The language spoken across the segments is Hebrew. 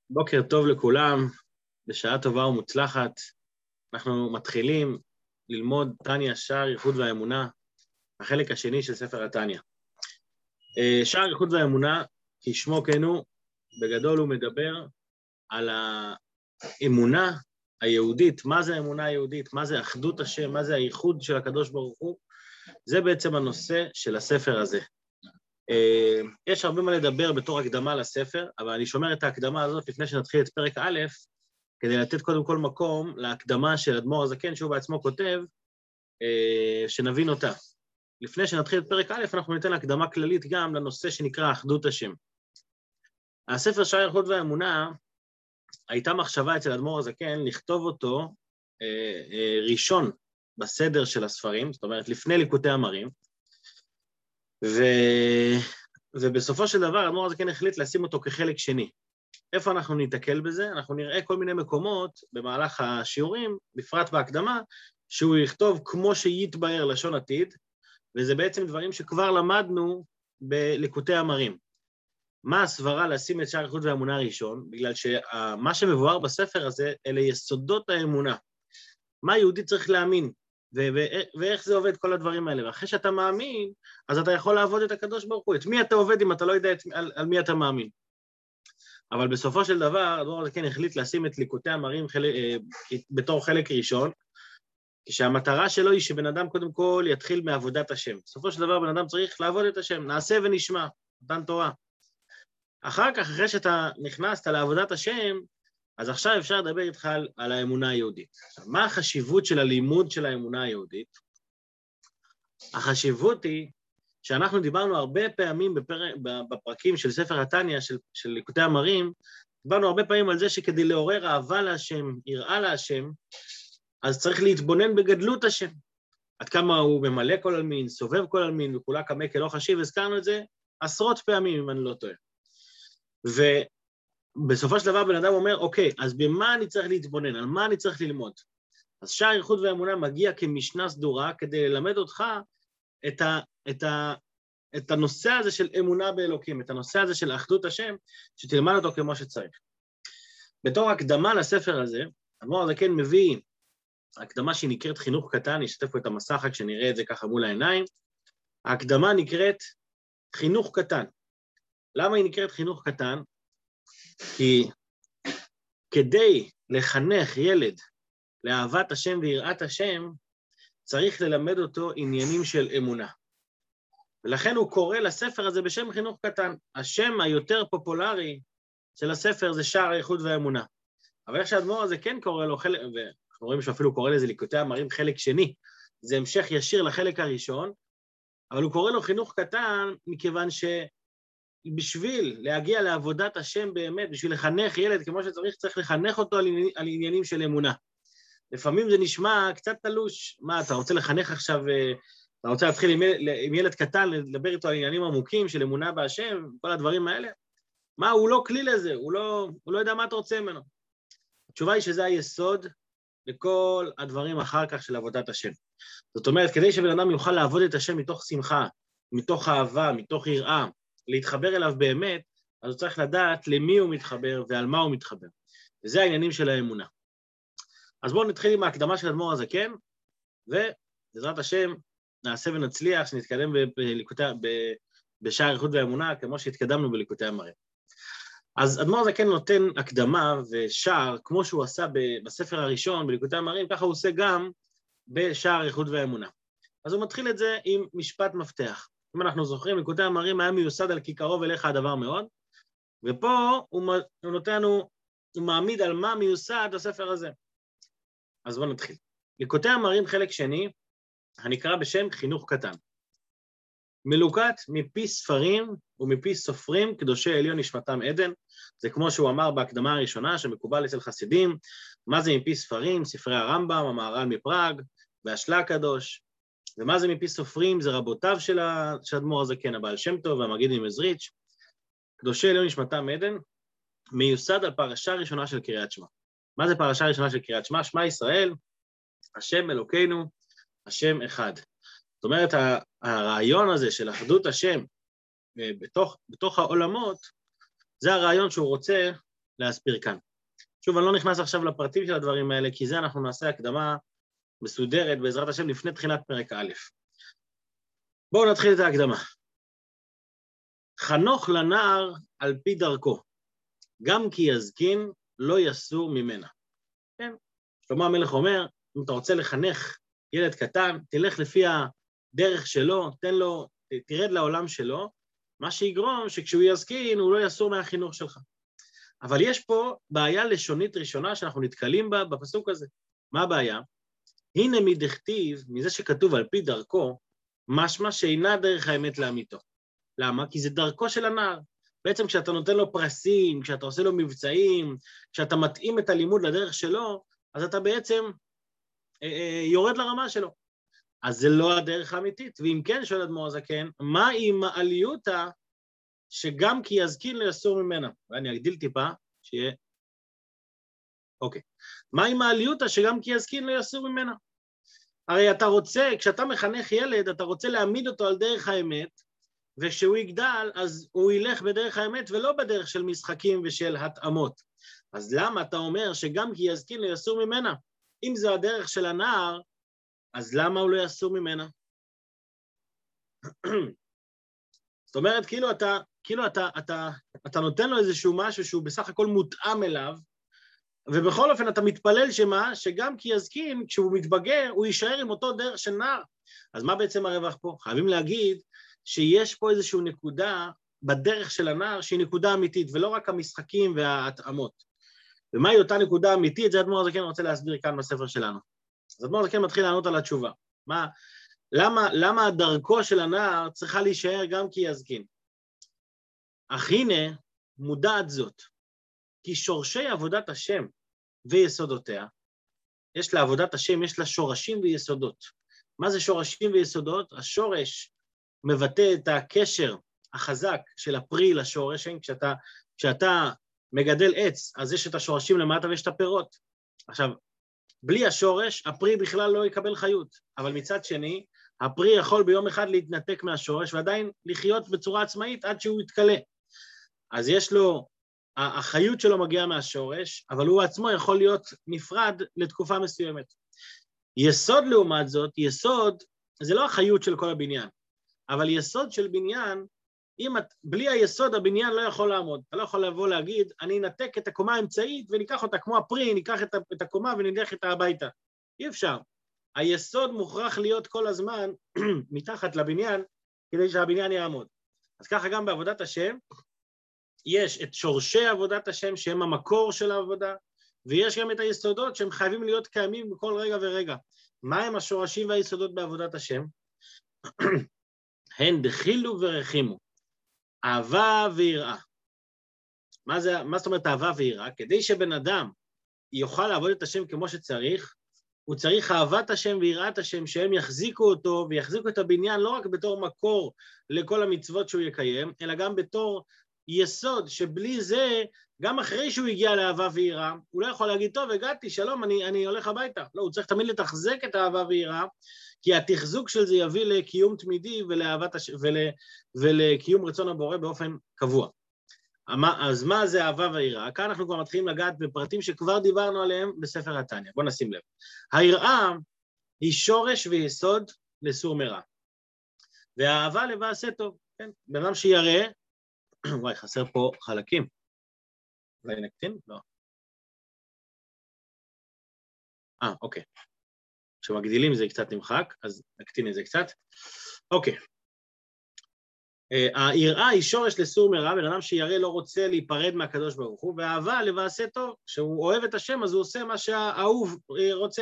בוקר טוב לכולם, בשעה טובה ומוצלחת. אנחנו מתחילים ללמוד תניא שער ייחוד והאמונה, החלק השני של ספר התניא. שער ייחוד והאמונה, כשמו כן הוא, בגדול הוא מדבר על האמונה היהודית. מה זה האמונה היהודית? מה זה אחדות השם? מה זה הייחוד של הקדוש ברוך הוא? זה בעצם הנושא של הספר הזה. יש הרבה מה לדבר בתור הקדמה לספר, אבל אני שומר את ההקדמה הזאת לפני שנתחיל את פרק א', כדי לתת קודם כל מקום להקדמה של אדמו"ר הזקן, שהוא בעצמו כותב, שנבין אותה. לפני שנתחיל את פרק א', אנחנו ניתן הקדמה כללית גם לנושא שנקרא אחדות השם. הספר שער ייחוד והאמונה, הייתה מחשבה אצל אדמו"ר הזקן לכתוב אותו ראשון בסדר של הספרים, זאת אומרת לפני ליקוטי אמרים, ובסופו של דבר, אדמו"ר הזקן החליט לשים אותו כחלק שני. איפה אנחנו ניתקל בזה? אנחנו נראה כל מיני מקומות במהלך השיעורים, בפרט בהקדמה, שהוא יכתוב כמו שיתבהר לשון עתיד, וזה בעצם דברים שכבר למדנו בליקוטי אמרים. מה הסברה לשים את שער ייחוד והאמונה הראשון? בגלל שמה שמבואר בספר הזה, אלה יסודות האמונה. מה יהודי צריך להאמין? ואיך זה עובד כל הדברים האלה. ואחרי שאתה מאמין, אז אתה יכול לעבוד את הקדוש ברוך הוא. את מי אתה עובד אם אתה לא יודע על מי אתה מאמין? אבל בסופו של דבר, אדמו"ר הזקן החליט לשים את ליקוטי אמרים בתור חלק ראשון, כשהמטרה שלו היא שבן אדם קודם כל יתחיל מעבודת השם. בסופו של דבר, בן אדם צריך לעבוד את השם, נעשה ונשמע, מתן תורה. אחר כך, אחרי שאתה נכנסת לעבודת השם, אז עכשיו אפשר לדבר איתך על האמונה היהודית. עכשיו, מה החשיבות של הלימוד של האמונה היהודית? החשיבות היא שאנחנו דיברנו הרבה פעמים בפרקים של ספר התניא, של ליקוטי אמרים, דיברנו הרבה פעמים על זה שכדי לעורר אהבה להשם, יראה להשם, אז צריך להתבונן בגדלות השם. עד כמה הוא ממלא כל עלמין, סובב כל עלמין, וכולה כמה כלא חשיב, הזכרנו את זה עשרות פעמים, אם אני לא טועה. בסופו של דבר בן אדם אומר, אוקיי, אז במה אני צריך להתבונן? על מה אני צריך ללמוד? אז שער ייחוד והאמונה מגיע כמשנה סדורה כדי ללמד אותך את הנושא הזה של אמונה באלוקים, את הנושא הזה של אחדות השם, שתלמד אותו כמו שצריך. בתור הקדמה לספר הזה, אדמו"ר הזקן מביא הקדמה שהיא נקראת חינוך קטן, נשתף פה את המסך כשנראה את זה ככה מול העיניים. ההקדמה נקראת חינוך קטן. למה היא נקראת חינוך קטן? כי כדי לחנך ילד לאהבת השם ויראת השם, צריך ללמד אותו עניינים של אמונה. ולכן הוא קורא לספר הזה בשם חינוך קטן. השם היותר פופולרי של הספר זה שער ייחוד והאמונה. אבל איך שהאדמו"ר הזה כן קורא לו חלק, ואנחנו רואים שאפילו קורא לזה ליקוטי אמרים חלק שני, זה המשך ישיר לחלק הראשון, אבל הוא קורא לו חינוך קטן מכיוון בשביל להגיע לעבודת השם באמת, בשביל לחנך ילד כמו שצריך, צריך לחנך אותו על עניינים של אמונה. לפעמים זה נשמע קצת תלוש. מה, אתה רוצה לחנך עכשיו, אתה רוצה להתחיל עם ילד קטן, לדבר איתו על עניינים עמוקים של אמונה בהשם, כל הדברים האלה? מה, הוא לא כלי לזה, הוא לא יודע מה אתה רוצה ממנו. התשובה היא שזה היסוד לכל הדברים אחר כך של עבודת השם. זאת אומרת, כדי שבן אדם יוכל לעבוד את השם מתוך שמחה, מתוך אהבה, מתוך יראה, להתחבר אליו באמת, אז הוא צריך לדעת למי הוא מתחבר ועל מה הוא מתחבר. וזה העניינים של האמונה. אז בואו נתחיל עם ההקדמה של אדמו"ר הזקן, ובעזרת השם נעשה ונצליח שנתקדם בשער ייחוד והאמונה, כמו שהתקדמנו בליקוטי אמרים. אז אדמו"ר הזקן נותן הקדמה ושער, כמו שהוא עשה בספר הראשון, בליקוטי אמרים, ככה הוא עושה גם בשער ייחוד והאמונה. אז הוא מתחיל את זה עם משפט מפתח. אם אנחנו זוכרים, ליקוטי אמרים היה מיוסד על כי קרוב אליך הדבר מאוד, ופה הוא מעמיד על מה מיוסד הספר הזה. אז בואו נתחיל. ליקוטי אמרים חלק שני, הנקרא בשם חינוך קטן. מלוקט מפי ספרים ומפי סופרים, קדושי עליון נשמתם עדן, זה כמו שהוא אמר בהקדמה הראשונה, שמקובל אצל חסידים, מה זה מפי ספרים? ספרי הרמב"ם, המהר"ל מפראג, והשלה הקדוש, ומה זה מפי סופרים? זה רבותיו של אדמו"ר הזקן, הבעל שם טוב והמגיד ממזריץ'. קדושי עליון נשמתם עדן, מיוסד על פרשה ראשונה של קריאת שמע. מה זה פרשה ראשונה של קריאת שמע? שמע ישראל, השם אלוקינו, השם אחד. זאת אומרת, הרעיון הזה של אחדות השם בתוך העולמות, זה הרעיון שהוא רוצה להסביר כאן. שוב, אני לא נכנס עכשיו לפרטים של הדברים האלה, כי זה אנחנו נעשה הקדמה מסודרת בעזרת השם לפני תחילת פרק א'. בואו נתחיל את ההקדמה. חנוך לנער על פי דרכו, גם כי יזקין לא יסור ממנה. כן? שלמה המלך אומר, אם אתה רוצה לחנך ילד קטן, תלך לפי הדרך שלו, תרד לעולם שלו, מה שיגרום שכשהוא יזקין הוא לא יסור מהחינוך שלך. אבל יש פה בעיה לשונית ראשונה שאנחנו נתקלים בה בפסוק הזה. מה הבעיה? הנה מדכתיב, מזה שכתוב על פי דרכו, משמע שאינה דרך האמת לאמיתו. למה? כי זה דרכו של הנער. בעצם כשאתה נותן לו פרסים, כשאתה עושה לו מבצעים, כשאתה מתאים את הלימוד לדרך שלו, אז אתה בעצם יורד לרמה שלו. אז זה לא הדרך האמיתית. ואם כן, שואל אדמו"ר הזקן, מה עם העליותה שגם כי יזקין לא יסור ממנה? ואני אגדיל טיפה, שיהיה... אוקיי. מה עם העליותה שגם כי יזקין לא יסור ממנה? הרי אתה רוצה, כשאתה מחנך ילד, אתה רוצה להעמיד אותו על דרך האמת, וכשהוא יגדל, אז הוא ילך בדרך האמת ולא בדרך של משחקים ושל התאמות. אז למה אתה אומר שגם כי יזקין לא יסור ממנה? אם זו הדרך של הנער, אז למה הוא לא יסור ממנה? זאת אומרת, כאילו אתה נותן לו איזשהו משהו שהוא בסך הכל מותאם אליו, ובכל אופן אתה מתפלל שגם כי יזקין, כשהוא מתבגר, הוא יישאר עם אותו דרך של נער. אז מה בעצם הרווח פה? חייבים להגיד שיש פה איזושהי נקודה בדרך של הנער שהיא נקודה אמיתית, ולא רק המשחקים וההתאמות. ומהי אותה נקודה אמיתית? זה אדמו"ר הזקן רוצה להסביר כאן בספר שלנו. אז אדמו"ר הזקן מתחיל לענות על התשובה. למה דרכו של הנער צריכה להישאר גם כי יזקין? אך הנה מודעת זאת, כי שורשי עבודת השם ויסודותיה, יש לעבודת השם, יש לה שורשים ויסודות. מה זה שורשים ויסודות? השורש מבטא את הקשר החזק של הפרי לשורש, כשאתה מגדל עץ, אז יש את השורשים למטה ויש את הפירות. עכשיו, בלי השורש, הפרי בכלל לא יקבל חיות, אבל מצד שני, הפרי יכול ביום אחד להתנתק מהשורש, ועדיין לחיות בצורה עצמאית עד שהוא יתקלה. אז יש לו, החיות שלו מגיעה מהשורש, אבל הוא עצמו יכול להיות נפרד לתקופה מסוימת. יסוד לעומת זאת, יסוד זה לא החיות של כל הבניין, אבל יסוד של בניין, בלי היסוד הבניין לא יכול לעמוד. אתה לא יכול לבוא להגיד, אני אנתק את הקומה האמצעית וניקח אותה כמו הפרי, ניקח את הקומה ונלך איתה הביתה. אי אפשר. היסוד מוכרח להיות כל הזמן מתחת לבניין, כדי שהבניין יעמוד. אז ככה גם בעבודת השם, יש את שורשי עבודת השם שהם המקור של העבודה, ויש גם את היסודות שהם חייבים להיות קיימים בכל רגע ורגע. מה הם השורשים והיסודות בעבודת השם? הן דחילו ורחימו, אהבה ויראה. מה זאת אומרת אהבה ויראה? כדי שבן אדם יוכל לעבוד את השם כמו שצריך, הוא צריך אהבת השם ויראת השם, שהם יחזיקו אותו ויחזיקו את הבניין לא רק בתור מקור לכל המצוות שהוא יקיים, אלא גם בתור יסוד שבלי זה, גם אחרי שהוא הגיע לאהבה ויראה, הוא לא יכול להגיד, טוב, הגעתי, שלום, אני הולך הביתה. לא, הוא צריך תמיד לתחזק את האהבה ויראה, כי התחזוק של זה יביא לקיום תמידי ולקיום רצון הבורא באופן קבוע. אז מה זה אהבה ויראה? כאן אנחנו כבר מתחילים לגעת בפרטים שכבר דיברנו עליהם בספר התניא. בואו נשים לב. היראה היא שורש ויסוד לסור מרע. והאהבה לבעשה טוב. כן? בן אדם שיראה, וואי, חסר פה חלקים. אולי נקטין? לא. אוקיי. כשמגדילים זה קצת נמחק, אז נקטין את זה קצת. אוקיי. היראה היא שורש לסור מרע, בן אדם שיראה לא רוצה להיפרד מהקדוש ברוך הוא, והאהבה לבעשה טוב, כשהוא אוהב את השם, אז הוא עושה מה שהאהוב רוצה.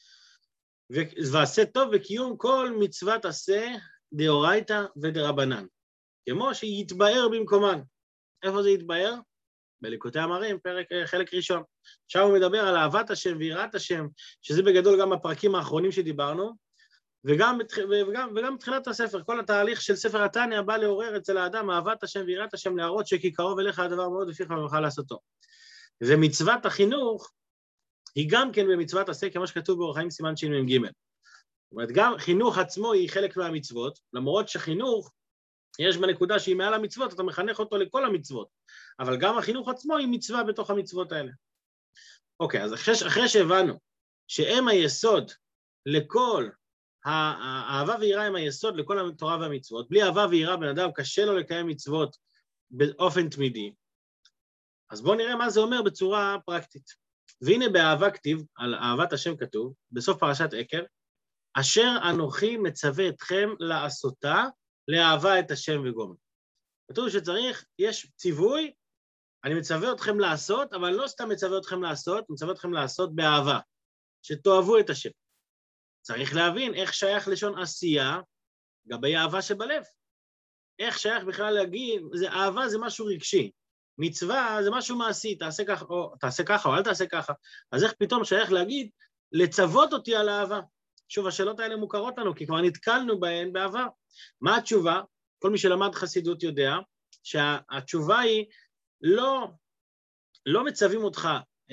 ועשה טוב וקיום כל מצוות עשה דאורייתא ודרבנן, כמו שיתבאר במקומן. איפה זה יתבאר? בליקוטי המרים, חלק ראשון. שם הוא מדבר על אהבת השם ויראת השם, שזה בגדול גם הפרקים האחרונים שדיברנו, וגם בתחילת הספר, כל התהליך של ספר התניא בא לעורר אצל האדם אהבת השם ויראת השם, להראות שכי קרוב אליך הדבר מאוד לפיך ממך לעשותו. ומצוות החינוך היא גם כן במצוות עשה, כמו שכתוב באורח חיים סימן שמ"ג. זאת אומרת, גם חינוך עצמו היא חלק מהמצוות, למרות שחינוך יש בנקודה שהיא מעל המצוות, אתה מחנך אותו לכל המצוות, אבל גם החינוך עצמו היא מצווה בתוך המצוות האלה. אוקיי, אז אחרי שהבנו שהם היסוד לכל, האהבה ויראה הם היסוד לכל התורה והמצוות, בלי אהבה ויראה בן אדם קשה לו לקיים מצוות באופן תמידי, אז בואו נראה מה זה אומר בצורה פרקטית. והנה באהבה כתיב, על אהבת השם כתוב, בסוף פרשת עקב, אשר אנוכי מצווה אתכם לעשותה, לאהבה את השם וגומר. כתוב שצריך, יש ציווי, אני מצווה אתכם לעשות, אבל לא סתם מצווה אתכם לעשות, מצווה אתכם לעשות באהבה, שתאהבו את השם. צריך להבין איך שייך לשון עשייה, גבי אהבה שבלב. איך שייך בכלל להגיד, אהבה זה משהו רגשי, מצווה זה משהו מעשי, תעשה ככה או אל תעשה ככה. אז איך פתאום שייך להגיד, לצוות אותי על אהבה? שוב, השאלות האלה מוכרות לנו, כי כבר נתקלנו בהן בעבר. מה התשובה? כל מי שלמד חסידות יודע, שהתשובה היא, לא מצווים אותך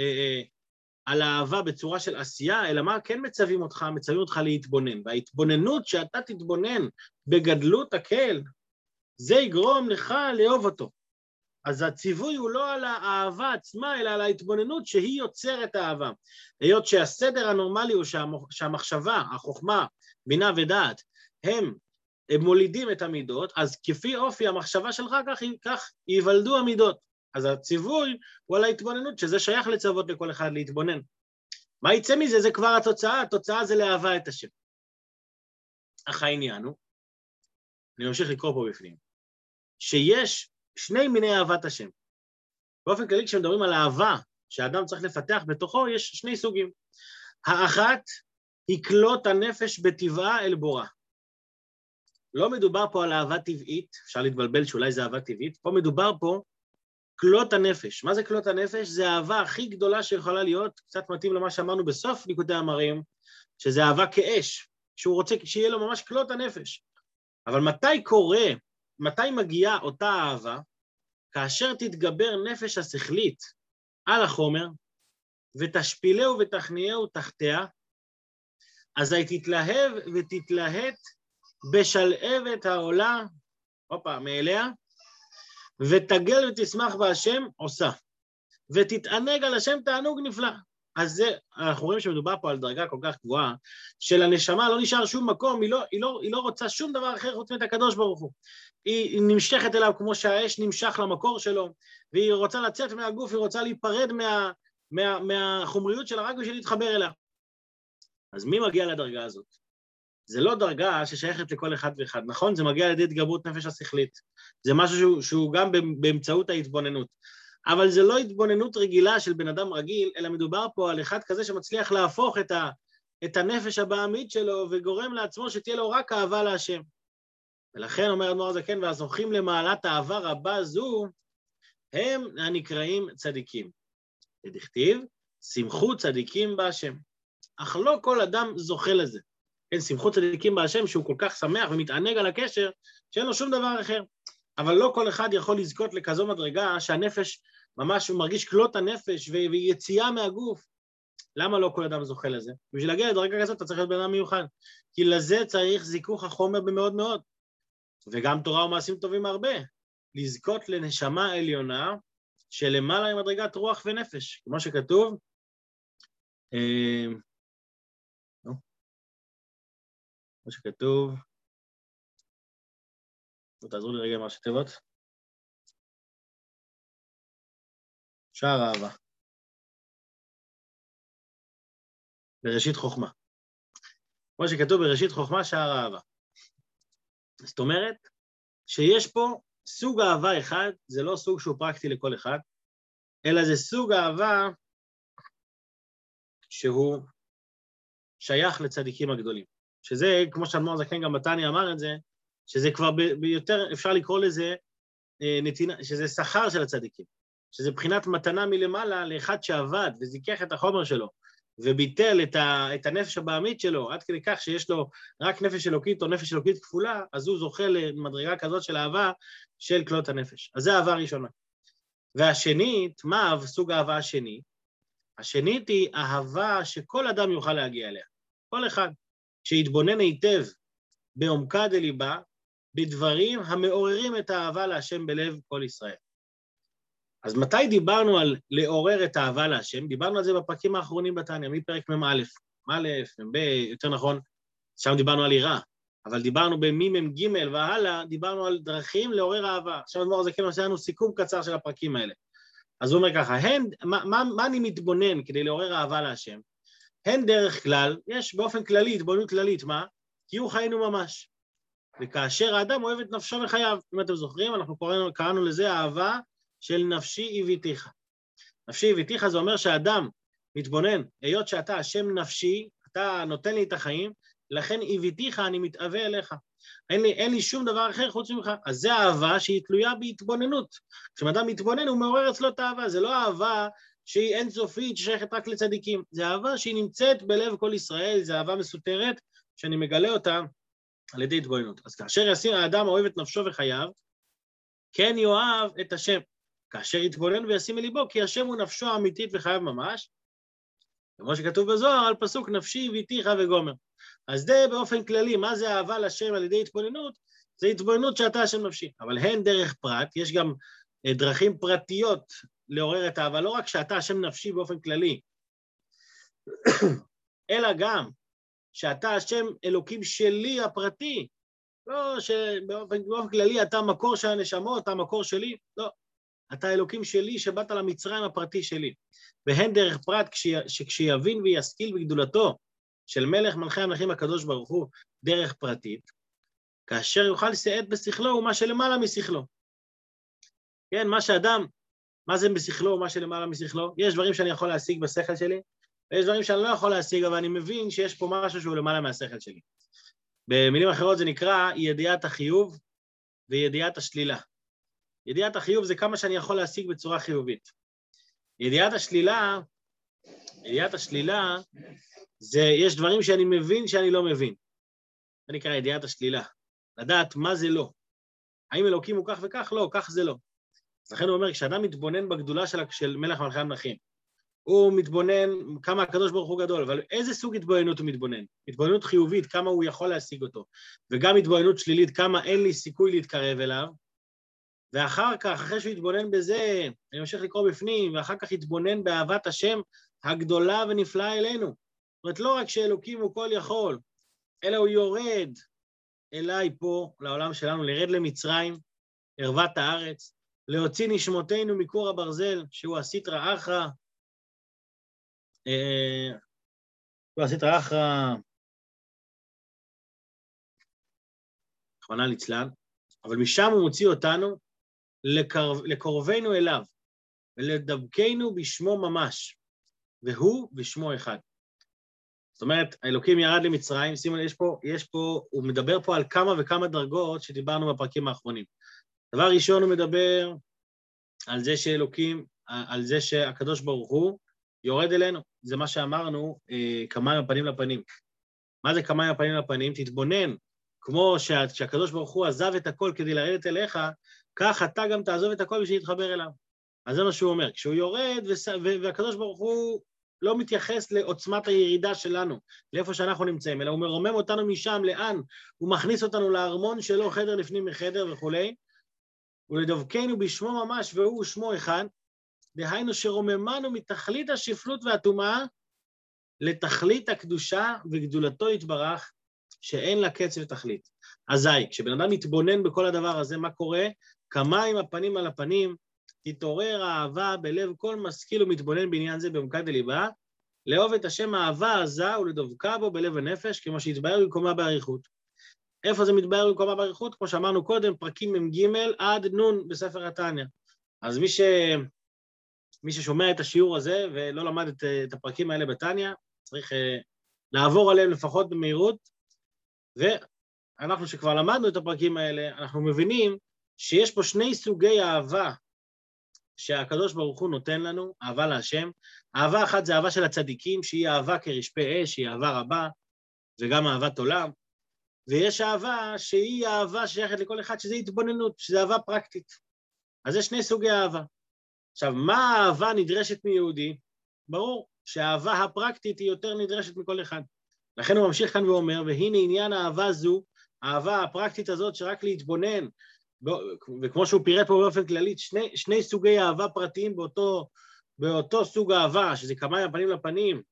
על האהבה בצורה של עשייה, אלא מה כן מצווים אותך? מצווים אותך להתבונן. וההתבוננות שאתה תתבונן בגדלות הקהל, זה יגרום לך לאהוב אותו. אז הציווי הוא לא על האהבה עצמה, אלא על ההתבוננות שהיא יוצרת האהבה. היות שהסדר הנורמלי הוא שהמחשבה, החוכמה, בינה ודעת, הם מולידים את המידות, אז כפי אופי המחשבה שלך, כך ייוולדו המידות. אז הציווי הוא על ההתבוננות, שזה שייך לצוות לכל אחד להתבונן. מה יצא מזה? זה כבר התוצאה, התוצאה זה לאהבה את השם. אך העניין הוא, אני ממשיך לקרוא פה בפנים, שיש שני מיני אהבת השם. באופן כללי, כשמדברים על אהבה שהאדם צריך לפתח בתוכו, יש שני סוגים. האחת היא כלות הנפש בטבעה אל בורא. לא מדובר פה על אהבה טבעית, אפשר להתבלבל שאולי זה אהבה טבעית, פה מדובר פה כלות הנפש. מה זה כלות הנפש? זה האהבה הכי גדולה שיכולה להיות, קצת מתאים למה שאמרנו בסוף ליקוטי המרים, שזה אהבה כאש, שהוא רוצה שיהיה לו ממש כלות הנפש. אבל מתי מגיעה אותה אהבה? כאשר תתגבר נפש השכלית על החומר, ותשפילהו ותכניעהו תחתיה, אז היא תתלהב ותתלהט בשלהבת העולה, מאליה, ותגל ותשמח בהשם עושה, ותתענג על השם תענוג נפלא. אז זה, אנחנו רואים שמדובר פה על דרגה כל כך גבוהה, של הנשמה לא נשאר שום מקום, היא לא רוצה שום דבר אחר חוץ מאת הקדוש ברוך הוא. היא נמשכת אליו כמו שהאש נמשך למקור שלו, והיא רוצה לצאת מהגוף, היא רוצה להיפרד מהחומריות שלה רק בשביל להתחבר אליה. אז מי מגיע לדרגה הזאת? זה לא דרגה ששייכת לכל אחד ואחד, נכון? זה מגיע על ידי התגברות נפש השכלית. זה משהו שהוא גם באמצעות ההתבוננות. אבל זה לא התבוננות רגילה של בן אדם רגיל, אלא מדובר פה על אחד כזה שמצליח להפוך את הנפש הבעמית שלו, וגורם לעצמו שתהיה לו רק אהבה להשם. ולכן אומר אדמו"ר הזקן, והזוכים למעלת אהבה רבה זו, הם הנקראים צדיקים. דכתיב, שמחו צדיקים בהשם. אך לא כל אדם זוכה לזה. כן, שמחו צדיקים בהשם, שהוא כל כך שמח ומתענג על הקשר, שאין לו שום דבר אחר. אבל לא כל אחד יכול לזכות לכזו מדרגה שהנפש ממש מרגיש כלות הנפש ויציאה מהגוף. למה לא כל אדם זוכה לזה? בשביל להגיע לדרגה כזאת אתה צריך להיות בן אדם מיוחד. כי לזה צריך זיכוך החומר במאוד מאוד. וגם תורה ומעשים טובים הרבה. לזכות לנשמה עליונה שלמעלה ממדרגת רוח ונפש. כמו שכתוב, כמו שכתוב, תעזרו לי רגע מה שתיבות. שער אהבה. בראשית חוכמה. כמו שכתוב בראשית חוכמה, שער אהבה. זאת אומרת שיש פה סוג אהבה אחד, זה לא סוג שהוא פרקטי לכל אחד, אלא זה סוג אהבה שהוא שייך לצדיקים הגדולים. שזה, כמו שאדמו"ר הזקן גם בתניא אמר את זה, שזה כבר ביותר, אפשר לקרוא לזה נתינה, שזה שכר של הצדיקים, שזה בחינת מתנה מלמעלה לאחד שעבד וזיכך את החומר שלו, וביטל את הנפש הבעמית שלו, עד כדי כך שיש לו רק נפש אלוקית או נפש אלוקית כפולה, אז הוא זוכה למדרגה כזאת של אהבה של כלות הנפש. אז זה אהבה ראשונה. והשנית, מה סוג האהבה השני? השנית היא אהבה שכל אדם יוכל להגיע אליה. כל אחד שיתבונן היטב בעומקה דליבה, בדברים המעוררים את האהבה להשם בלב כל ישראל. אז מתי דיברנו על לעורר את האהבה להשם? דיברנו על זה בפרקים האחרונים בתניא, מפרק מ"א, מ"א, מ"ב, יותר נכון, שם דיברנו על יראה, אבל דיברנו במ"ג והלאה, דיברנו על דרכים לעורר אהבה. עכשיו אדמו"ר הזקן עושה לנו סיכום קצר של הפרקים האלה. אז הוא אומר ככה, מה אני מתבונן כדי לעורר אהבה להשם? הן דרך כלל, יש באופן כללי, התבוננות כללית, מה? כי הוא חיינו ממש. וכאשר האדם אוהב את נפשו וחייו, אם אתם זוכרים, אנחנו קראנו לזה אהבה של נפשי הביתיך. נפשי הביתיך זה אומר שהאדם מתבונן, היות שאתה השם נפשי, אתה נותן לי את החיים, לכן הביתיך אני מתאווה אליך. אין לי שום דבר אחר חוץ ממך. אז זה אהבה שהיא תלויה בהתבוננות. כשאדם מתבונן הוא מעורר אצלו את האהבה, זה לא אהבה שהיא אינסופית, ששייכת רק לצדיקים. זה אהבה שהיא נמצאת בלב כל ישראל, זה אהבה מסותרת שאני מגלה אותה על ידי התבוננות. אז כאשר ישים האדם אוהב את נפשו וחייו, כן יאהב את השם. כאשר יתבונן וישים אל ליבו, כי השם הוא נפשו האמיתית וחייו ממש, כמו שכתוב בזוהר, על פסוק נפשי הביתיך וגומר. אז זה באופן כללי, מה זה אהבה לשם על ידי התבוננות? זה התבוננות שאתה השם נפשי. אבל הן דרך פרט, יש גם דרכים פרטיות לעורר את האהבה, לא רק שאתה השם נפשי באופן כללי, אלא גם שאתה השם אלוקים שלי הפרטי, לא שבאופן כללי אתה מקור של הנשמות, אתה מקור שלי, לא. אתה אלוקים שלי שבאת למצרים הפרטי שלי. והן דרך פרט שכשיבין וישכיל בגדולתו של מלך מלכי המלכים הקדוש ברוך הוא דרך פרטית, כאשר יוכל לשאת בשכלו הוא מה שלמעלה משכלו. כן, מה זה בשכלו ומה שלמעלה משכלו? יש דברים שאני יכול להשיג בשכל שלי, ויש דברים שאני לא יכול להשיג, אבל אני מבין שיש פה משהו שהוא למעלה מהשכל שלי. במילים אחרות זה נקרא ידיעת החיוב וידיעת השלילה. ידיעת החיוב זה כמה שאני יכול להשיג בצורה חיובית. ידיעת השלילה זה, יש דברים שאני מבין שאני לא מבין. זה נקרא ידיעת השלילה. לדעת מה זה לא. האם אלוקים הוא כך וכך? לא, כך זה לא. אז לכן הוא אומר, כשאדם מתבונן בגדולה של מלך מלכי המלכים, הוא מתבונן כמה הקדוש ברוך הוא גדול, אבל איזה סוג התבוננות הוא מתבונן? התבוננות חיובית, כמה הוא יכול להשיג אותו, וגם התבוננות שלילית, כמה אין לי סיכוי להתקרב אליו, ואחר כך, אחרי שהוא יתבונן בזה, אני ממשיך לקרוא בפנים, ואחר כך יתבונן באהבת השם הגדולה ונפלאה אלינו. זאת אומרת, לא רק שאלוקים הוא כל יכול, אלא הוא יורד אליי פה, לעולם שלנו, לרד למצרים, ערוות הארץ, להוציא נשמותינו מכור הברזל, שהוא הסטרא אחרא, רחמנא ליצלן, אבל משם הוא מוציא אותנו לקרבנו אליו, ולדבקנו בשמו ממש, והוא בשמו אחד. זאת אומרת, האלוקים ירד למצרים, שימו, יש פה, הוא מדבר פה על כמה וכמה דרגות שדיברנו בפרקים האחרונים. דבר ראשון הוא מדבר על זה שאלוקים, על זה שהקדוש ברוך הוא יורד אלינו. זה מה שאמרנו, כמה הפנים לפנים. מה זה כמה הפנים לפנים? תתבונן, כמו שהקדוש ברוך הוא עזב את הכל כדי לרדת אליך, כך אתה גם תעזוב את הכל בשביל להתחבר אליו. אז זה מה שהוא אומר, כשהוא יורד והקדוש ברוך הוא לא מתייחס לעוצמת הירידה שלנו, לאיפה שאנחנו נמצאים, אלא הוא מרומם אותנו משם, לאן? הוא מכניס אותנו לארמון שלו, חדר לפנים מחדר וכולי, ולדבקנו בשמו ממש, והוא שמו אחד, דהיינו שרוממנו מתכלית השפלות והטומאה, לתכלית הקדושה וגדולתו יתברך, שאין לה קץ ותכלית. אזי, כשבן אדם מתבונן בכל הדבר הזה, מה קורה? כמה עם הפנים על הפנים, תתעורר האהבה בלב כל משכיל ומתבונן בעניין זה בעומקא דליבה, לאהוב את השם האהבה עזה ולדבקה בו בלב הנפש, כמו שהתבאר במקומה באריכות. איפה זה מתבאר במקומה באריכות? כמו שאמרנו קודם, פרקים מ"ג עד נ' בספר התניא. אז מי ששומע את השיעור הזה ולא למד את הפרקים האלה בתניא, צריך לעבור עליהם לפחות במהירות, ואנחנו שכבר למדנו את הפרקים האלה, אנחנו מבינים שיש פה שני סוגי אהבה שהקדוש ברוך הוא נותן לנו, אהבה להשם. אהבה אחת זה אהבה של הצדיקים, שהיא אהבה כרשפי אש, שהיא אהבה רבה, וגם אהבת עולם. ויש אהבה שהיא אהבה שייכת לכל אחד, שזה התבוננות, שזה אהבה פרקטית. אז יש שני סוגי אהבה. עכשיו, מה האהבה נדרשת מיהודי? ברור שהאהבה הפרקטית היא יותר נדרשת מכל אחד. לכן הוא ממשיך כאן ואומר, והנה עניין האהבה זו, האהבה הפרקטית הזאת שרק להתבונן, וכמו שהוא פירט פה באופן כללית, שני סוגי אהבה פרטיים באותו סוג אהבה, שזה כמה פנים לפנים,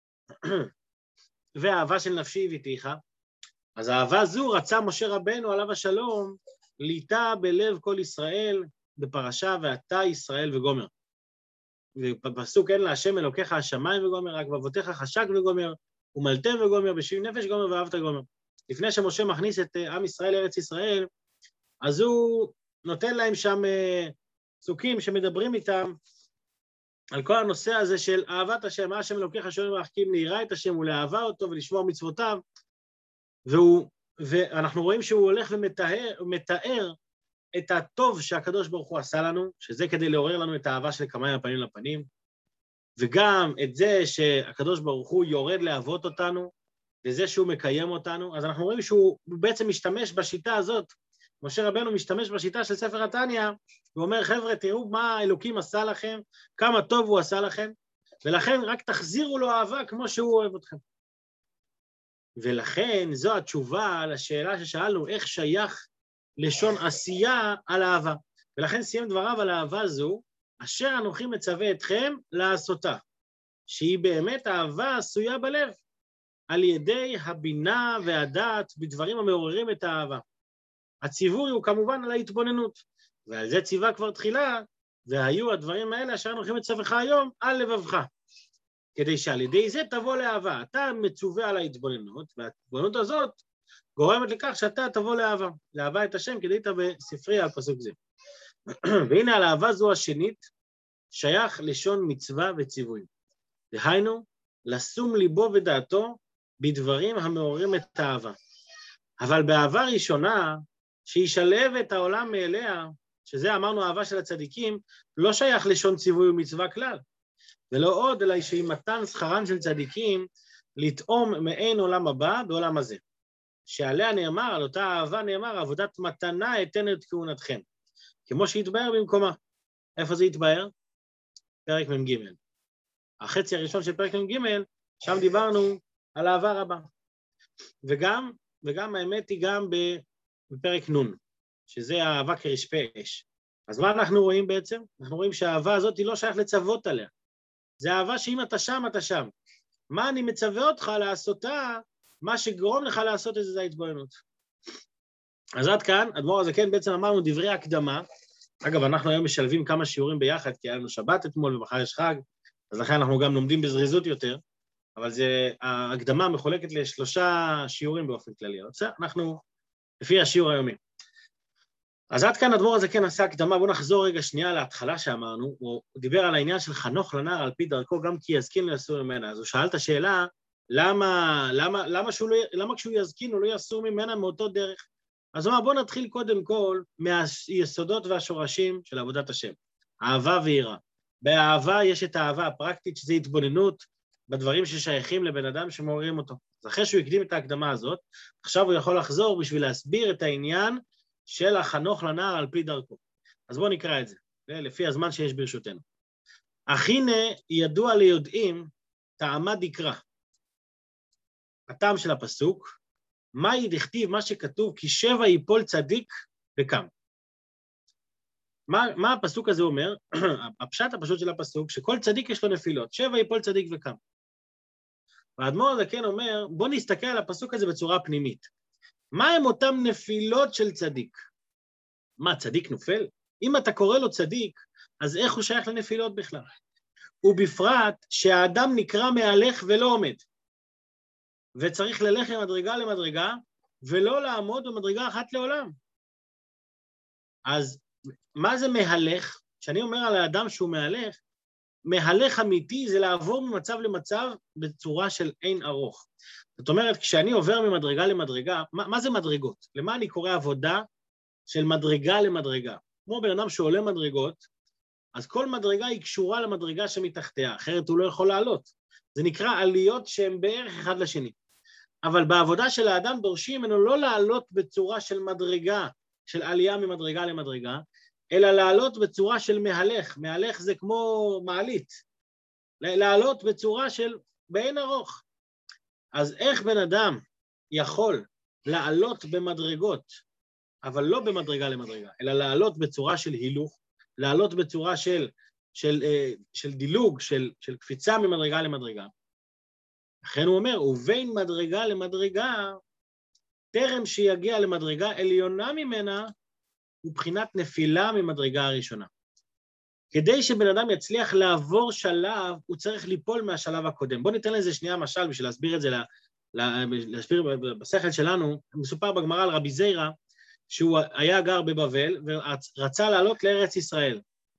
ואהבה של נפשי והבטיחה, אז האהבה זו רצה משה רבנו עליו השלום, ליטה בלב כל ישראל, בפרשה ואתה ישראל וגומר. ובפסוק אין להשם אלוקיך השמיים וגומר, רק באבותיך חשק וגומר, ומלתם וגומר, בשביל נפש גומר ואהבת גומר. לפני שמשה מכניס את עם ישראל לארץ ישראל, אז הוא נותן להם שם פסוקים שמדברים איתם על כל הנושא הזה של אהבת השם, מה השם אלוקיך שומעים ומחכים ליראה את השם ולאהבה אותו ולשמוע מצוותיו, ואנחנו רואים שהוא הולך ומתאר את הטוב שהקדוש ברוך הוא עשה לנו, שזה כדי לעורר לנו את האהבה של כמה פנים לפנים, וגם את זה שהקדוש ברוך הוא יורד לאהבות אותנו, וזה שהוא מקיים אותנו, אז אנחנו רואים שהוא בעצם משתמש בשיטה הזאת, משה רבנו משתמש בשיטה של ספר התניא, הוא אומר, חבר'ה, תראו מה האלוקים עשה לכם, כמה טוב הוא עשה לכם, ולכן רק תחזירו לו אהבה כמו שהוא אוהב אתכם. ולכן זו התשובה לשאלה ששאלנו, איך שייך לשון עשייה על אהבה. ולכן סיים דבריו על אהבה זו, אשר אנוכי מצווה אתכם לעשותה, שהיא באמת אהבה עשויה בלב, על ידי הבינה והדעת בדברים המעוררים את האהבה. הציווי הוא כמובן על ההתבוננות, ועל זה ציווה כבר תחילה, והיו הדברים האלה אשר אנוכי מצווך היום על לבבך, כדי שעל ידי זה תבוא לאהבה. אתה מצווה על ההתבוננות, וההתבוננות הזאת גורמת לכך שאתה תבוא לאהבה, לאהבה את השם, כדאית בספרי על פסוק זה. והנה על אהבה זו השנית, שייך לשון מצווה וציווי. דהיינו, לשום ליבו ודעתו בדברים המעוררים את האהבה. אבל באהבה ראשונה, שישלב את העולם מאליה, שזה אמרנו אהבה של הצדיקים, לא שייך לשון ציווי ומצווה כלל. ולא עוד, אלא שהיא מתן שכרם של צדיקים, לטעום מעין עולם הבא בעולם הזה. שעליה נאמר, על אותה אהבה נאמר, עבודת מתנה אתן את כהונתכם. כמו שהתבאר במקומה. איפה זה התבאר? פרק מ"ג. החצי הראשון של פרק מ"ג, שם דיברנו על אהבה רבה. וגם האמת היא גם בפרק נ', שזה האהבה כרשפי אש. אז מה אנחנו רואים בעצם? אנחנו רואים שהאהבה הזאת היא לא שייך לצוות עליה. זה אהבה שאם אתה שם, אתה שם. מה אני מצווה אותך לעשותה, מה שגרום לך לעשות את זה ההתבוננות. אז עד כאן, אדמו"ר הזקן בעצם אמרנו דברי הקדמה. אגב, אנחנו היום משלבים כמה שיעורים ביחד, כי היה לנו שבת אתמול ומחר יש חג, אז לכן אנחנו גם לומדים בזריזות יותר, אבל ההקדמה מחולקת ל3 שיעורים באופן כללי. אנחנו לפי השיעור היומי. אז עד כאן אדמו"ר הזקן עשה הקדמה, בואו נחזור רגע שנייה להתחלה שאמרנו, הוא דיבר על העניין של חנוך לנער על פי דרכו, גם כי יזקין לא יסור ממנה. אז הוא שאל את השאלה, למה כשהוא יזקין הוא לא יסור ממנה מאותו דרך? אז הוא אמר, בואו נתחיל קודם כל מהיסודות והשורשים של עבודת השם, אהבה ויראה. באהבה יש את האהבה הפרקטית, שזה התבוננות בדברים ששייכים לבן אדם שמעוררים אותו. אז אחרי שהוא הקדים את ההקדמה הזאת, עכשיו הוא יכול לחזור בשביל להסביר את העניין של החנוך לנער על פי דרכו. אז בואו נקרא את זה, לפי הזמן שיש ברשותנו. אך הנה ידוע ליודעים טעמה דקרא. הטעם של הפסוק, מהי דכתיב, מה שכתוב, כי 7 ייפול צדיק וקם. מה הפסוק הזה אומר? הפשט הפשוט של הפסוק, שכל צדיק יש לו נפילות, 7 ייפול צדיק וקם. והאדמו"ר הזקן אומר, בוא נסתכל על הפסוק הזה בצורה פנימית. מה הם אותם נפילות של צדיק? מה, צדיק נופל? אם אתה קורא לו צדיק, אז איך הוא שייך לנפילות בכלל? ובפרט שהאדם נקרא מהלך ולא עומד. וצריך ללכת ממדרגה למדרגה, ולא לעמוד במדרגה אחת לעולם. אז מה זה מהלך? כשאני אומר על האדם שהוא מהלך, מהלך אמיתי זה לעבור ממצב למצב בצורה של אין ארוך. זאת אומרת, כשאני עובר ממדרגה למדרגה, מה זה מדרגות? למה אני קורא עבודה של מדרגה למדרגה? כמו בן אדם שעולה מדרגות, אז כל מדרגה היא קשורה למדרגה שמתחתיה, אחרת הוא לא יכול לעלות. זה נקרא עליות שהן בערך אחד לשני. אבל בעבודה של האדם דורשים ממנו לא לעלות בצורה של מדרגה, של עלייה ממדרגה למדרגה, אלא לעלות בצורה של מהלך. מהלך זה כמו מעלית. לעלות בצורה של באין ארוך. אז איך בן אדם יכול לעלות במדרגות, אבל לא במדרגה למדרגה, אלא לעלות בצורה של הילוך, לעלות בצורה של דילוג, של קפיצה ממדרגה למדרגה. לכן הוא אומר, ובין מדרגה למדרגה, טרם שיגיע למדרגה עליונה ממנה, הוא בחינת נפילה ממדרגה הראשונה. כדי שבן אדם יצליח לעבור שלב, הוא צריך ליפול מהשלב הקודם. בואו ניתן לזה שנייה משל, בשביל להסביר את זה, להסביר בשכל שלנו. מסופר בגמרא על רבי זיירא, שהוא היה גר בבבל, ורצה לעלות לארץ ישראל.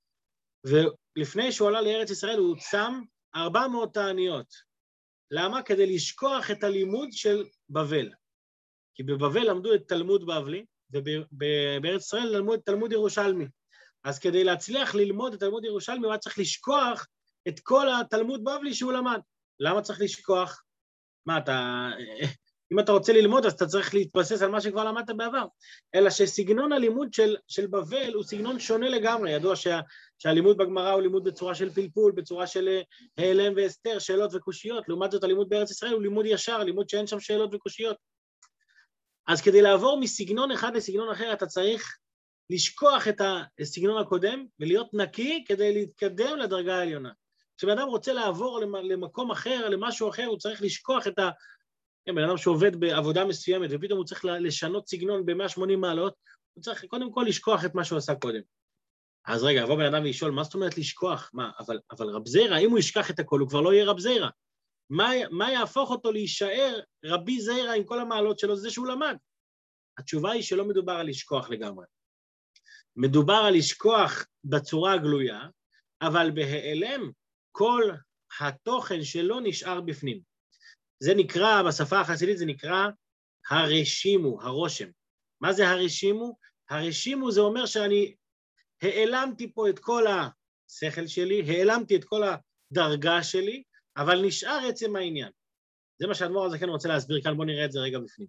ולפני שהוא עלה לארץ ישראל, הוא צם 400 תעניות. למה? כדי לשכוח את הלימוד של בבל. כי בבבל למדו את תלמוד בבלי, ובארץ ישראל למדו את תלמוד ירושלמי. אז כדי להצליח ללמוד את תלמוד ירושלמי, הוא היה צריך לשכוח את כל התלמוד בבלי שהוא למד. למה צריך לשכוח? מה, אם אתה רוצה ללמוד, אז אתה צריך להתבסס על מה שכבר למדת בעבר. אלא שסגנון הלימוד של בבל הוא סגנון שונה לגמרי. ידוע שהלימוד בגמרא הוא לימוד בצורה של פלפול, בצורה של העלם והסתר, שאלות וקושיות. לעומת זאת, הלימוד בארץ ישראל הוא לימוד ישר, לימוד שאין שם שאלות וקושיות. אז כדי לעבור מסגנון אחד לסגנון אחר, אתה צריך לשכוח את הסגנון הקודם, ולהיות נקי כדי להתקדם לדרגה העליונה. כשבן אדם רוצה לעבור למקום אחר, למשהו אחר, הוא צריך לשכוח את בן אדם שעובד בעבודה מסוימת, ופתאום הוא צריך לשנות סגנון ב-180 מעלות, הוא צריך קודם כל לשכוח את מה שהוא עשה קודם. אז רגע, יבוא בן אדם וישאול, מה זאת אומרת לשכוח? מה, אבל רב זיירא, אם הוא ישכח את הכל, הוא כבר לא יהיה רב זיירא. מה יהפוך אותו להישאר רבי זיירא עם כל המעלות שלו? זה שהוא למד. התשובה היא שלא מדובר על לשכוח לגמרי. מדובר על לשכוח בצורה הגלויה, אבל בהיעלם כל התוכן שלו נשאר בפנים. זה נקרא, בשפה החסידית זה נקרא הרשימו, הרושם. מה זה הרשימו? הרשימו זה אומר שאני העלמתי פה את כל השכל שלי, העלמתי את כל הדרגה שלי, אבל נשאר עצם העניין. זה מה שהאדמו"ר הזקן רוצה להסביר כאן, בואו נראה את זה רגע בפנים.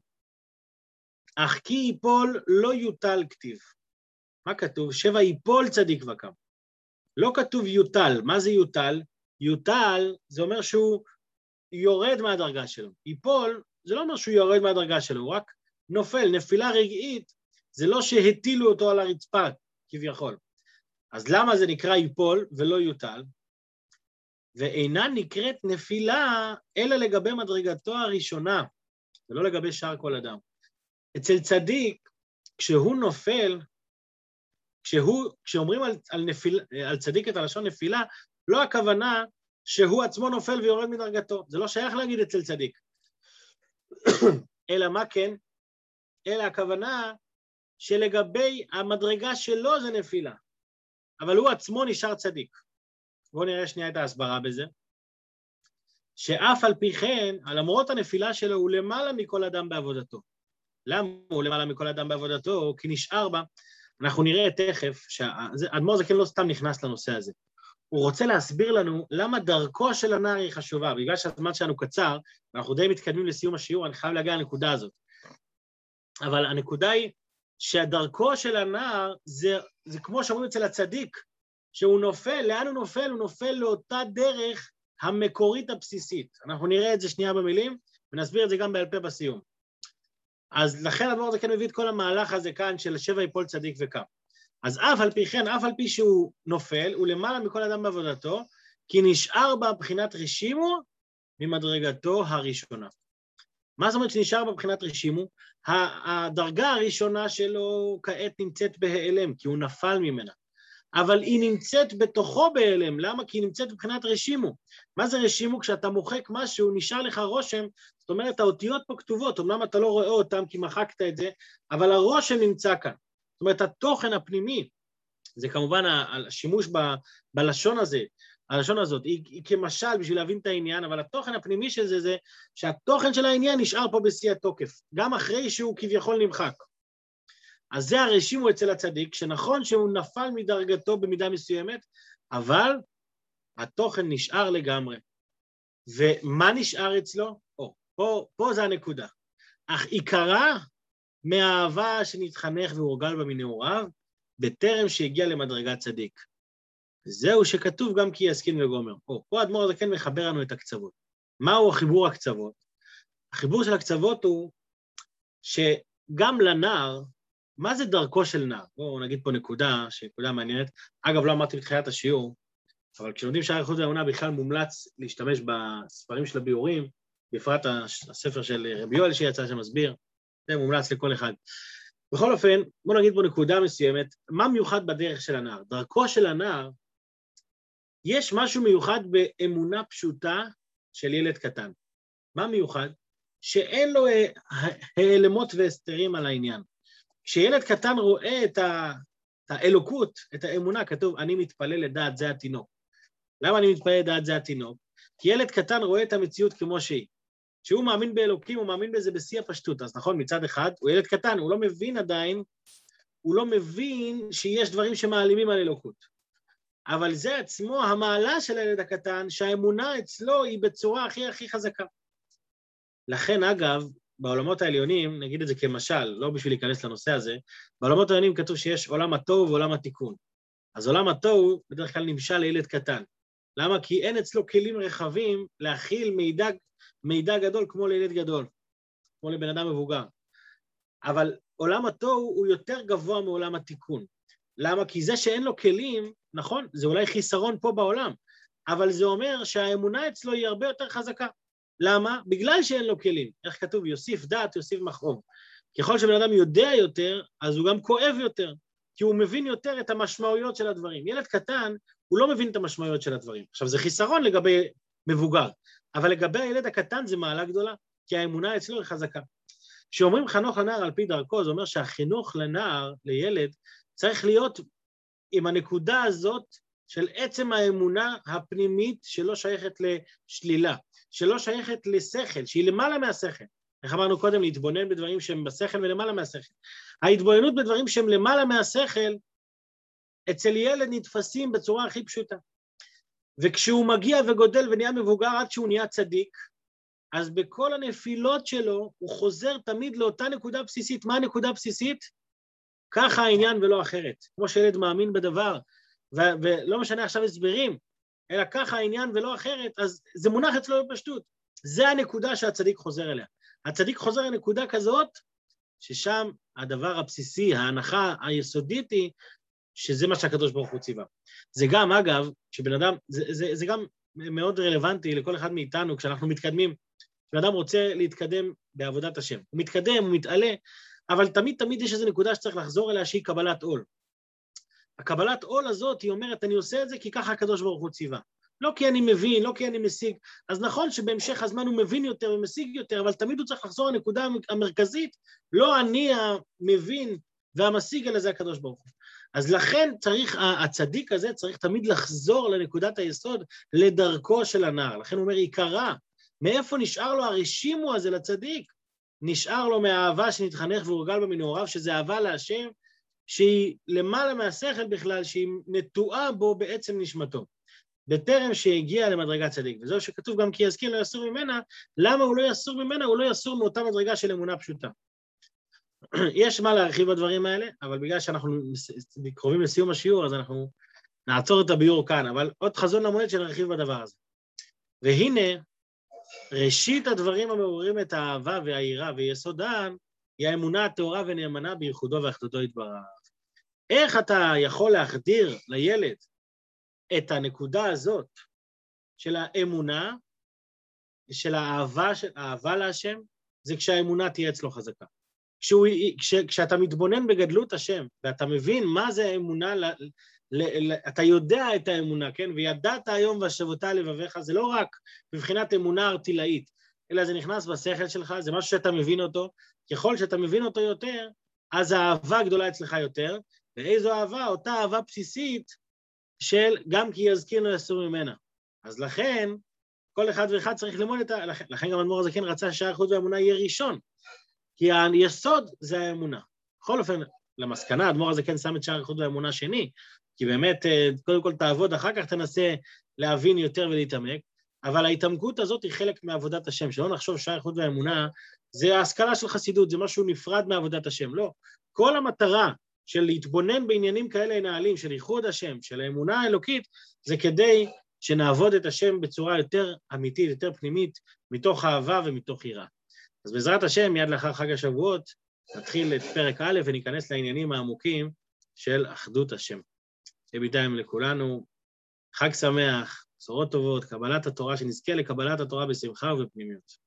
אך כי ייפול לא יוטל כתיב. מה כתוב? 7 ייפול צדיק וקם. לא כתוב יוטל. מה זה יוטל? יוטל זה אומר שהוא יורד מהדרגה שלו. ייפול זה לא אומר שהוא יורד מהדרגה שלו, הוא רק נופל. נפילה רגעית זה לא שהטילו אותו על הרצפה כביכול. אז למה זה נקרא ייפול ולא יוטל? ואינה נקראת נפילה אלא לגבי מדרגתו הראשונה, ולא לגבי שאר כל אדם. אצל צדיק, כשהוא נופל, כשאומרים על צדיק את הלשון נפילה, לא הכוונה שהוא עצמו נופל ויורד מדרגתו. זה לא שייך להגיד אצל צדיק. אלא מה כן? אלא הכוונה שלגבי המדרגה שלו זה נפילה. אבל הוא עצמו נשאר צדיק. בואו נראה שנייה את ההסברה בזה. שאף על פי כן, למרות הנפילה שלו, הוא למעלה מכל אדם בעבודתו. למה הוא למעלה מכל אדם בעבודתו? כי נשאר בה. אנחנו נראה תכף, האדמו"ר זקן לא סתם נכנס לנושא הזה. הוא רוצה להסביר לנו למה דרכו של הנער היא חשובה. בגלל שהזמן שלנו קצר, ואנחנו די מתקדמים לסיום השיעור, אני חייב להגיע לנקודה הזאת. אבל הנקודה היא שהדרכו של הנער זה כמו שאומרים אצל הצדיק, שהוא נופל, לאן הוא נופל? הוא נופל לאותה דרך המקורית הבסיסית. אנחנו נראה את זה שנייה במילים, ונסביר את זה גם בעל פה בסיום. אז לכן האדמו"ר הזקן מביא את כל המהלך הזה כאן של 7 ייפול צדיק וקם. אז אף על פי כן, אף על פי שהוא נופל, הוא למעלה מכל אדם בעבודתו, כי נשאר בה בחינת רשימו ממדרגתו הראשונה. מה זאת אומרת שנשאר בה בחינת רשימו? הדרגה הראשונה שלו כעת נמצאת בהיעלם, כי הוא נפל ממנה. אבל היא נמצאת בתוכו בהיעלם. למה? כי היא נמצאת בבחינת רשימו. מה זה רשימו? כשאתה מוחק משהו, נשאר לך רושם, זאת אומרת, האותיות פה כתובות, אמנם אתה לא רואה אותם כי מחקת את זה, אבל הרושם נמצא כאן. זאת אומרת, התוכן הפנימי, זה כמובן השימוש בלשון הזה, הלשון הזאת, היא כמשל בשביל להבין את העניין, אבל התוכן הפנימי של זה שהתוכן של העניין נשאר פה בשיא התוקף, גם אחרי שהוא כביכול נמחק. אז זה הרשימו אצל הצדיק, שנכון שהוא נפל מדרגתו במידה מסוימת, אבל התוכן נשאר לגמרי. ומה נשאר אצלו? פה זה הנקודה. אך עיקרה מהאהבה שנתחנך והורגל בה מנעוריו, בטרם שהגיע למדרגת צדיק. זהו שכתוב גם כי יסכין וגומר. פה האדמו"ר הזקן מחבר לנו את הקצוות. מהו החיבור הקצוות? החיבור של הקצוות הוא שגם לנער, מה זה דרכו של נער? בואו נגיד פה נקודה, נקודה מעניינת. אגב, לא אמרתי בתחילת השיעור, אבל כשלומדים שער האיחוד והאמונה בכלל מומלץ להשתמש בספרים של הביאורים, בפרט הספר של רבי יואל שיצא שמסביר, זה מומלץ לכל אחד. בכל אופן, בואו נגיד פה נקודה מסוימת, מה מיוחד בדרך של הנער? דרכו של הנער, יש משהו מיוחד באמונה פשוטה של ילד קטן. מה מיוחד? שאין לו העלמות והסתרים על העניין. כשילד קטן רואה את האלוקות, את האמונה, כתוב, אני מתפלל לדעת זה התינוק. למה אני מתפלל לדעת זה התינוק? כי ילד קטן רואה את המציאות כמו שהיא. כשהוא מאמין באלוקים, הוא מאמין בזה בשיא הפשטות. אז נכון, מצד אחד, הוא ילד קטן, הוא לא מבין עדיין, הוא לא מבין שיש דברים שמעלימים על אלוקות. אבל זה עצמו המעלה של הילד הקטן, שהאמונה אצלו היא בצורה הכי חזקה. לכן, אגב, בעולמות העליונים, נגיד את זה כמשל, לא בשביל להיכנס לנושא הזה, בעולמות העליונים כתוב שיש עולם התוהו ועולם התיקון. אז עולם התוהו בדרך כלל נמשל לילד קטן. למה? כי אין אצלו כלים רחבים להכיל מידע גדול כמו לילד גדול, כמו לבן אדם מבוגר. אבל עולם התוהו הוא יותר גבוה מעולם התיקון. למה? כי זה שאין לו כלים, נכון, זה אולי חיסרון פה בעולם, אבל זה אומר שהאמונה אצלו היא הרבה יותר חזקה. למה? בגלל שאין לו כלים. איך כתוב? יוסיף דעת, יוסיף מכאוב. ככל שבן אדם יודע יותר, אז הוא גם כואב יותר, כי הוא מבין יותר את המשמעויות של הדברים. ילד קטן, הוא לא מבין את המשמעויות של הדברים. עכשיו, זה חיסרון לגבי מבוגר, אבל לגבי הילד הקטן זה מעלה גדולה, כי האמונה אצלו היא חזקה. כשאומרים חנוך לנער על פי דרכו, זה אומר שהחינוך לנער, לילד, צריך להיות עם הנקודה הזאת של עצם האמונה הפנימית שלא שייכת לשלילה, שלא שייכת לשכל, שהיא למעלה מהשכל. איך אמרנו קודם, להתבונן בדברים שהם בשכל ולמעלה מהשכל. ההתבוננות בדברים שהם למעלה מהשכל, אצל ילד נתפסים בצורה הכי פשוטה. וכשהוא מגיע וגודל ונהיה מבוגר עד שהוא נהיה צדיק, אז בכל הנפילות שלו הוא חוזר תמיד לאותה נקודה בסיסית. מה הנקודה הבסיסית? ככה העניין ולא אחרת. כמו שילד מאמין בדבר, ולא משנה עכשיו הסברים, אלא ככה העניין ולא אחרת, אז זה מונח אצלו בפשטות. זה הנקודה שהצדיק חוזר אליה. הצדיק חוזר לנקודה כזאת, ששם הדבר הבסיסי, ההנחה היסודית היא, שזה מה שהקדוש ברוך הוא ציווה. זה גם, אגב, שבן אדם, זה גם מאוד רלוונטי לכל אחד מאיתנו, כשאנחנו מתקדמים, כשבן אדם רוצה להתקדם בעבודת השם. הוא מתקדם, הוא מתעלה, אבל תמיד יש איזו נקודה שצריך לחזור אליה, שהיא קבלת עול. הקבלת עול הזאת, היא אומרת, אני עושה את זה כי ככה הקדוש ברוך הוא ציווה. לא כי אני מבין, לא כי אני משיג. אז נכון שבהמשך הזמן הוא מבין יותר ומשיג יותר, אבל תמיד הוא צריך לחזור לנקודה המרכזית, לא אני המבין והמשיג, אלא זה הקדוש ברוך הוא. אז לכן צריך, הצדיק הזה צריך תמיד לחזור לנקודת היסוד, לדרכו של הנער. לכן הוא אומר, עיקרה, מאיפה נשאר לו הרשימו הזה לצדיק? נשאר לו מהאהבה שנתחנך והורגל במנעוריו, שזה אהבה להשם, שהיא למעלה מהשכל בכלל, שהיא נטועה בו בעצם נשמתו. בטרם שהגיע למדרגת צדיק, וזהו שכתוב גם כי יזכיר לא יסור ממנה, למה הוא לא יסור ממנה? הוא לא יסור מאותה מדרגה של אמונה פשוטה. יש מה להרחיב בדברים האלה, אבל בגלל שאנחנו קרובים לסיום השיעור, אז אנחנו נעצור את הביור כאן, אבל עוד חזון למועד שנרחיב בדבר הזה. והנה, ראשית הדברים המעוררים את האהבה והיראה ויסודן, היא האמונה הטהורה ונאמנה בייחודו ואחדותו יתברך. איך אתה יכול להחדיר לילד את הנקודה הזאת של האמונה, של האהבה להשם, זה כשהאמונה תהיה אצלו חזקה. כשאתה מתבונן בגדלות השם, ואתה מבין מה זה האמונה, אתה יודע את האמונה, כן? וידעת היום והשבת לבביך, זה לא רק בבחינת אמונה ארטילאית, אלא זה נכנס בשכל שלך, זה משהו שאתה מבין אותו, ככל שאתה מבין אותו יותר, אז האהבה גדולה אצלך יותר, ואיזו אהבה? אותה אהבה בסיסית של גם כי יזכיר לא יסור ממנה. אז לכן, כל אחד ואחד צריך ללמוד לכן גם אדמו"ר הזקן רצה שער האיחוד והאמונה יהיה ראשון, כי היסוד זה האמונה. בכל אופן, למסקנה, אדמו"ר הזקן שם את שער האיחוד והאמונה שני, כי באמת, קודם כל תעבוד, אחר כך תנסה להבין יותר ולהתעמק, אבל ההתעמקות הזאת היא חלק מעבודת השם, שלא נחשוב שער האיחוד והאמונה, זה ההשכלה של חסידות, זה משהו נפרד מעבודת השם, לא. כל המטרה של להתבונן בעניינים כאלה נעלים, של ייחוד השם, של האמונה האלוקית, זה כדי שנעבוד את השם בצורה יותר אמיתית, יותר פנימית, מתוך אהבה ומתוך יראה. אז בעזרת השם, מיד לאחר חג השבועות, נתחיל את פרק א' וניכנס לעניינים העמוקים של אחדות השם. שיהיה בינתיים לכולנו חג שמח, בשורות טובות, קבלת התורה, שנזכה לקבלת התורה בשמחה ובפנימיות.